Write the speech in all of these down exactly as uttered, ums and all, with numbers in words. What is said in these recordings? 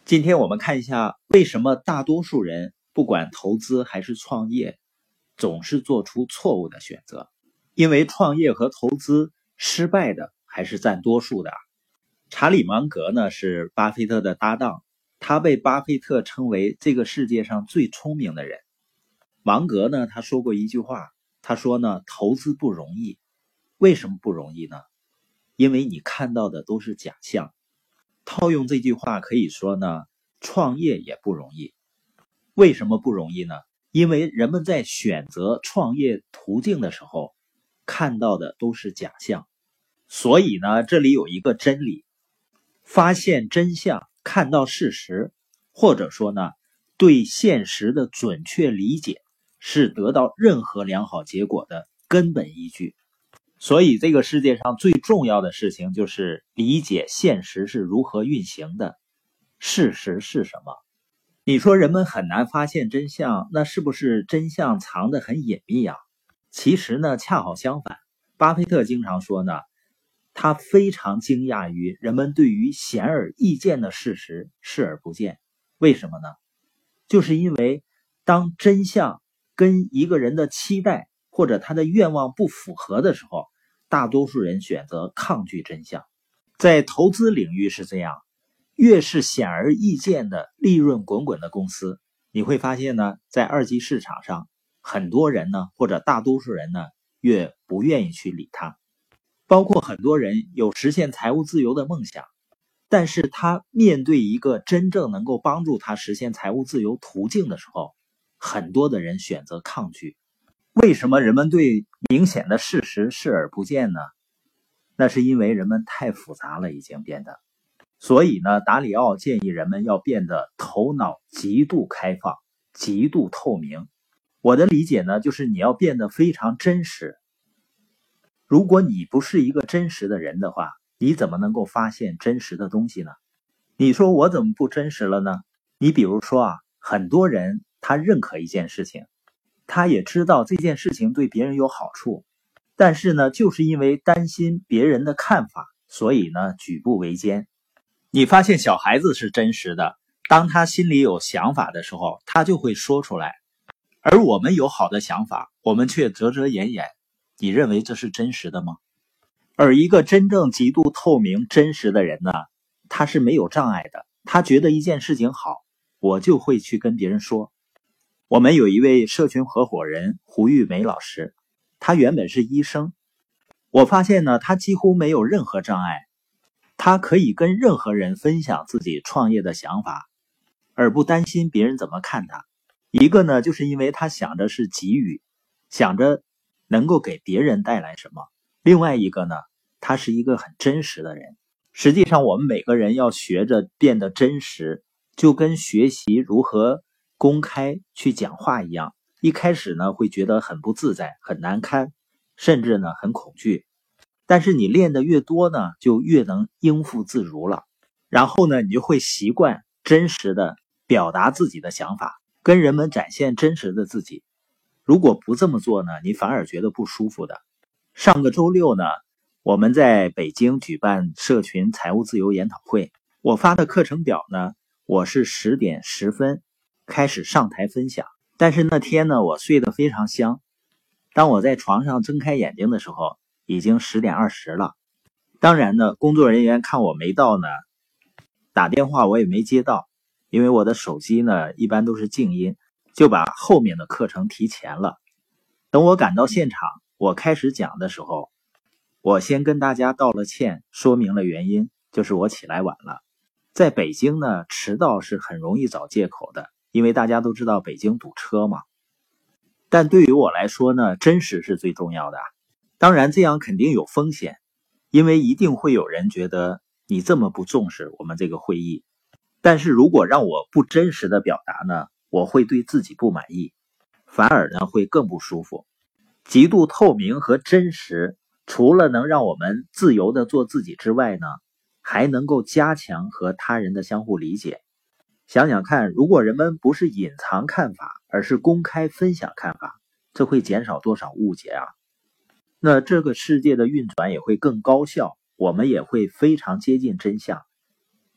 今天我们看一下，为什么大多数人不管投资还是创业，总是做出错误的选择。因为创业和投资失败的还是占多数的。查理芒格呢是巴菲特的搭档，他被巴菲特称为这个世界上最聪明的人。芒格呢他说过一句话，他说呢投资不容易。为什么不容易呢？因为你看到的都是假象。套用这句话可以说呢，创业也不容易。为什么不容易呢？因为人们在选择创业途径的时候，看到的都是假象。所以呢，这里有一个真理，发现真相，看到事实，或者说呢，对现实的准确理解，是得到任何良好结果的根本依据。所以这个世界上最重要的事情就是理解现实是如何运行的，事实是什么。你说人们很难发现真相，那是不是真相藏得很隐秘啊？其实呢，恰好相反。巴菲特经常说呢，他非常惊讶于人们对于显而易见的事实视而不见。为什么呢？就是因为当真相跟一个人的期待或者他的愿望不符合的时候，大多数人选择抗拒真相。在投资领域是这样，越是显而易见的利润滚滚的公司，你会发现呢，在二级市场上，很多人呢，或者大多数人呢，越不愿意去理它。包括很多人有实现财务自由的梦想，但是他面对一个真正能够帮助他实现财务自由途径的时候，很多的人选择抗拒。为什么人们对明显的事实视而不见呢？那是因为人们太复杂了，已经变得。所以呢，达里奥建议人们要变得头脑极度开放，极度透明。我的理解呢，就是你要变得非常真实。如果你不是一个真实的人的话，你怎么能够发现真实的东西呢？你说我怎么不真实了呢？你比如说啊，很多人他认可一件事情，他也知道这件事情对别人有好处，但是呢，就是因为担心别人的看法，所以呢，举步维艰。你发现小孩子是真实的，当他心里有想法的时候，他就会说出来。而我们有好的想法，我们却遮遮掩掩。你认为这是真实的吗？而一个真正极度透明真实的人呢，他是没有障碍的。他觉得一件事情好，我就会去跟别人说。我们有一位社群合伙人胡玉梅老师，他原本是医生。我发现呢，他几乎没有任何障碍，他可以跟任何人分享自己创业的想法，而不担心别人怎么看他。一个呢，就是因为他想着是给予，想着能够给别人带来什么。另外一个呢，他是一个很真实的人。实际上我们每个人要学着变得真实，就跟学习如何公开去讲话一样。一开始呢，会觉得很不自在，很难堪，甚至呢很恐惧。但是你练得越多呢，就越能应付自如了。然后呢，你就会习惯真实的表达自己的想法，跟人们展现真实的自己。如果不这么做呢，你反而觉得不舒服的。上个周六呢，我们在北京举办社群财务自由研讨会。我发的课程表呢，我是十点十分开始上台分享。但是那天呢，我睡得非常香。当我在床上睁开眼睛的时候，已经十点二十了。当然呢，工作人员看我没到呢，打电话我也没接到，因为我的手机呢一般都是静音，就把后面的课程提前了。等我赶到现场，我开始讲的时候，我先跟大家道了歉，说明了原因，就是我起来晚了。在北京呢，迟到是很容易找借口的，因为大家都知道北京堵车嘛。但对于我来说呢，真实是最重要的。当然这样肯定有风险，因为一定会有人觉得你这么不重视我们这个会议。但是如果让我不真实的表达呢，我会对自己不满意，反而呢会更不舒服。极度透明和真实，除了能让我们自由的做自己之外呢，还能够加强和他人的相互理解。想想看，如果人们不是隐藏看法，而是公开分享看法，这会减少多少误解啊？那这个世界的运转也会更高效，我们也会非常接近真相。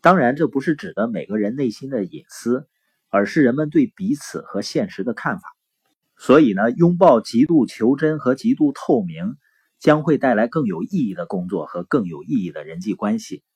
当然，这不是指的每个人内心的隐私，而是人们对彼此和现实的看法。所以呢，拥抱极度求真和极度透明，将会带来更有意义的工作和更有意义的人际关系。